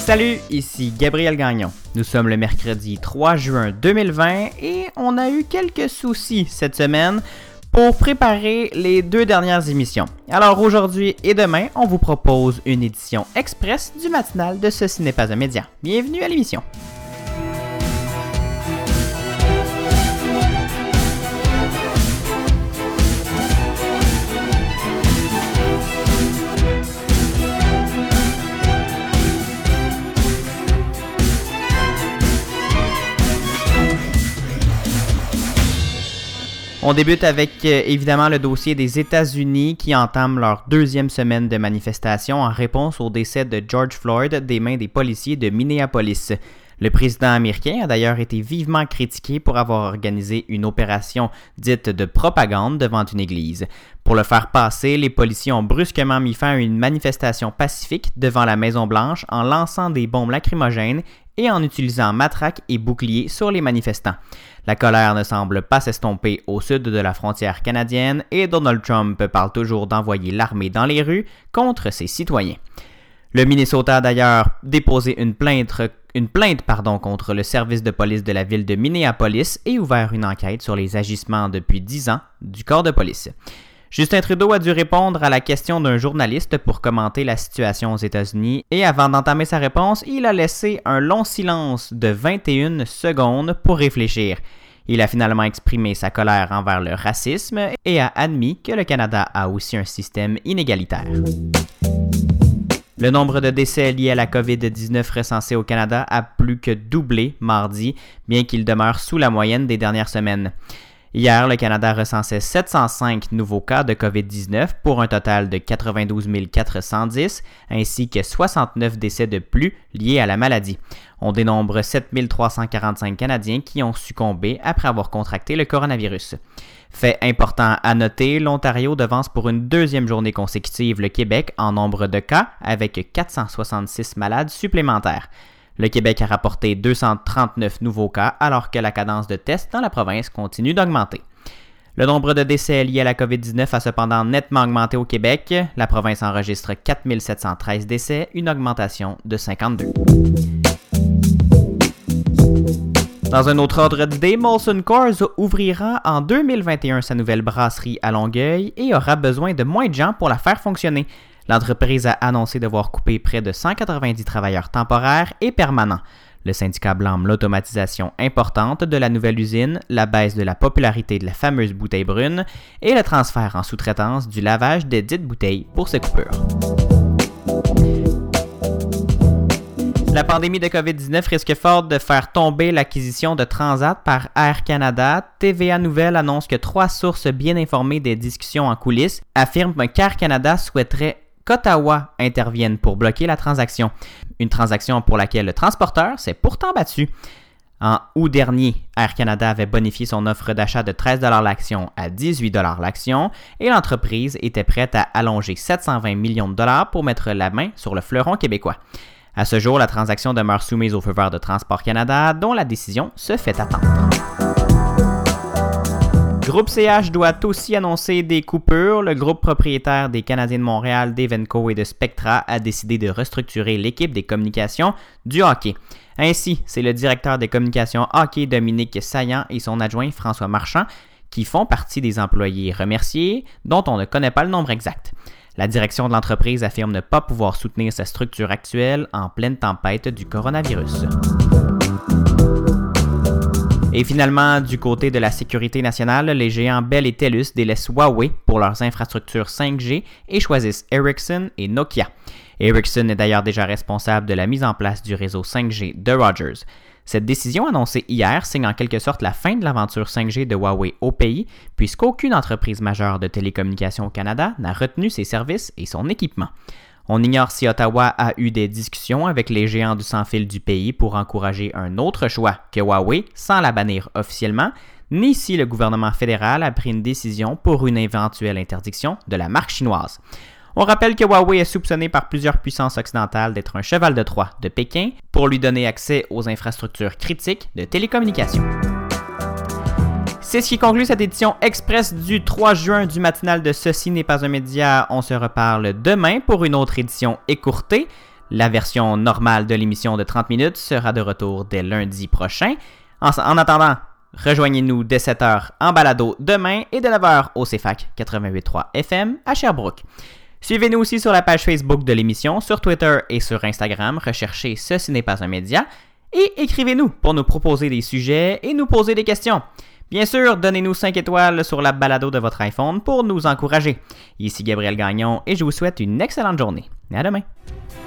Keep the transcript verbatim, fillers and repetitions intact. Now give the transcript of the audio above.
Salut, ici Gabriel Gagnon. Nous sommes le mercredi trois juin deux mille vingt et on a eu quelques soucis cette semaine pour préparer les deux dernières émissions. Alors aujourd'hui et demain, on vous propose une édition express du matinal de Ceci n'est pas un média. Bienvenue à l'émission. On débute avec euh, évidemment le dossier des États-Unis qui entament leur deuxième semaine de manifestation en réponse au décès de George Floyd des mains des policiers de Minneapolis. Le président américain a d'ailleurs été vivement critiqué pour avoir organisé une opération dite de propagande devant une église. Pour le faire passer, les policiers ont brusquement mis fin à une manifestation pacifique devant la Maison-Blanche en lançant des bombes lacrymogènes et en utilisant matraques et boucliers sur les manifestants. La colère ne semble pas s'estomper au sud de la frontière canadienne et Donald Trump parle toujours d'envoyer l'armée dans les rues contre ses citoyens. Le Minnesota a d'ailleurs déposé une plainte, une plainte pardon, contre le service de police de la ville de Minneapolis et ouvert une enquête sur les agissements depuis dix ans du corps de police. Justin Trudeau a dû répondre à la question d'un journaliste pour commenter la situation aux États-Unis et avant d'entamer sa réponse, il a laissé un long silence de vingt et une secondes pour réfléchir. Il a finalement exprimé sa colère envers le racisme et a admis que le Canada a aussi un système inégalitaire. Le nombre de décès liés à la covid dix-neuf recensés au Canada a plus que doublé mardi, bien qu'il demeure sous la moyenne des dernières semaines. Hier, le Canada recensait sept cent cinq nouveaux cas de covid dix-neuf pour un total de quatre-vingt-douze mille quatre cent dix, ainsi que soixante-neuf décès de plus liés à la maladie. On dénombre sept mille trois cent quarante-cinq Canadiens qui ont succombé après avoir contracté le coronavirus. Fait important à noter, l'Ontario devance pour une deuxième journée consécutive le Québec en nombre de cas avec quatre cent soixante-six malades supplémentaires. Le Québec a rapporté deux cent trente-neuf nouveaux cas alors que la cadence de tests dans la province continue d'augmenter. Le nombre de décès liés à la covid dix-neuf a cependant nettement augmenté au Québec. La province enregistre quatre mille sept cent treize décès, une augmentation de cinquante-deux. Dans un autre ordre d'idée, Molson Coors ouvrira en deux mille vingt et un sa nouvelle brasserie à Longueuil et aura besoin de moins de gens pour la faire fonctionner. L'entreprise a annoncé devoir couper près de cent quatre-vingt-dix travailleurs temporaires et permanents. Le syndicat blâme l'automatisation importante de la nouvelle usine, la baisse de la popularité de la fameuse bouteille brune et le transfert en sous-traitance du lavage des dites bouteilles pour ces coupures. La pandémie de covid dix-neuf risque fort de faire tomber l'acquisition de Transat par Air Canada. T V A Nouvelles annonce que trois sources bien informées des discussions en coulisses affirment qu'Air Canada souhaiterait qu'Ottawa intervienne pour bloquer la transaction. Une transaction pour laquelle le transporteur s'est pourtant battu. En août dernier, Air Canada avait bonifié son offre d'achat de treize dollars l'action à dix-huit dollars l'action et l'entreprise était prête à allonger sept cent vingt millions de dollars pour mettre la main sur le fleuron québécois. À ce jour, la transaction demeure soumise au faveur de Transport Canada, dont la décision se fait attendre. Groupe C H doit aussi annoncer des coupures. Le groupe propriétaire des Canadiens de Montréal, d'Evenco et de Spectra a décidé de restructurer l'équipe des communications du hockey. Ainsi, c'est le directeur des communications hockey Dominique Saillant et son adjoint François Marchand qui font partie des employés remerciés dont on ne connaît pas le nombre exact. La direction de l'entreprise affirme ne pas pouvoir soutenir sa structure actuelle en pleine tempête du coronavirus. Et finalement, du côté de la sécurité nationale, les géants Bell et Telus délaissent Huawei pour leurs infrastructures cinq G et choisissent Ericsson et Nokia. Ericsson est d'ailleurs déjà responsable de la mise en place du réseau cinq G de Rogers. Cette décision annoncée hier signe en quelque sorte la fin de l'aventure cinq G de Huawei au pays, puisqu'aucune entreprise majeure de télécommunications au Canada n'a retenu ses services et son équipement. On ignore si Ottawa a eu des discussions avec les géants du sans-fil du pays pour encourager un autre choix que Huawei sans la bannir officiellement, ni si le gouvernement fédéral a pris une décision pour une éventuelle interdiction de la marque chinoise. On rappelle que Huawei est soupçonné par plusieurs puissances occidentales d'être un cheval de Troie de Pékin pour lui donner accès aux infrastructures critiques de télécommunications. C'est ce qui conclut cette édition express du trois juin du matinal de Ceci n'est pas un média. On se reparle demain pour une autre édition écourtée. La version normale de l'émission de trente minutes sera de retour dès lundi prochain. En, en attendant, rejoignez-nous dès sept heures en balado demain et de neuf heures au C F A C quatre-vingt-huit virgule trois F M à Sherbrooke. Suivez-nous aussi sur la page Facebook de l'émission, sur Twitter et sur Instagram. Recherchez « Ceci n'est pas un média » et écrivez-nous pour nous proposer des sujets et nous poser des questions. Bien sûr, donnez-nous cinq étoiles sur la balado de votre iPhone pour nous encourager. Ici Gabriel Gagnon et je vous souhaite une excellente journée. À demain!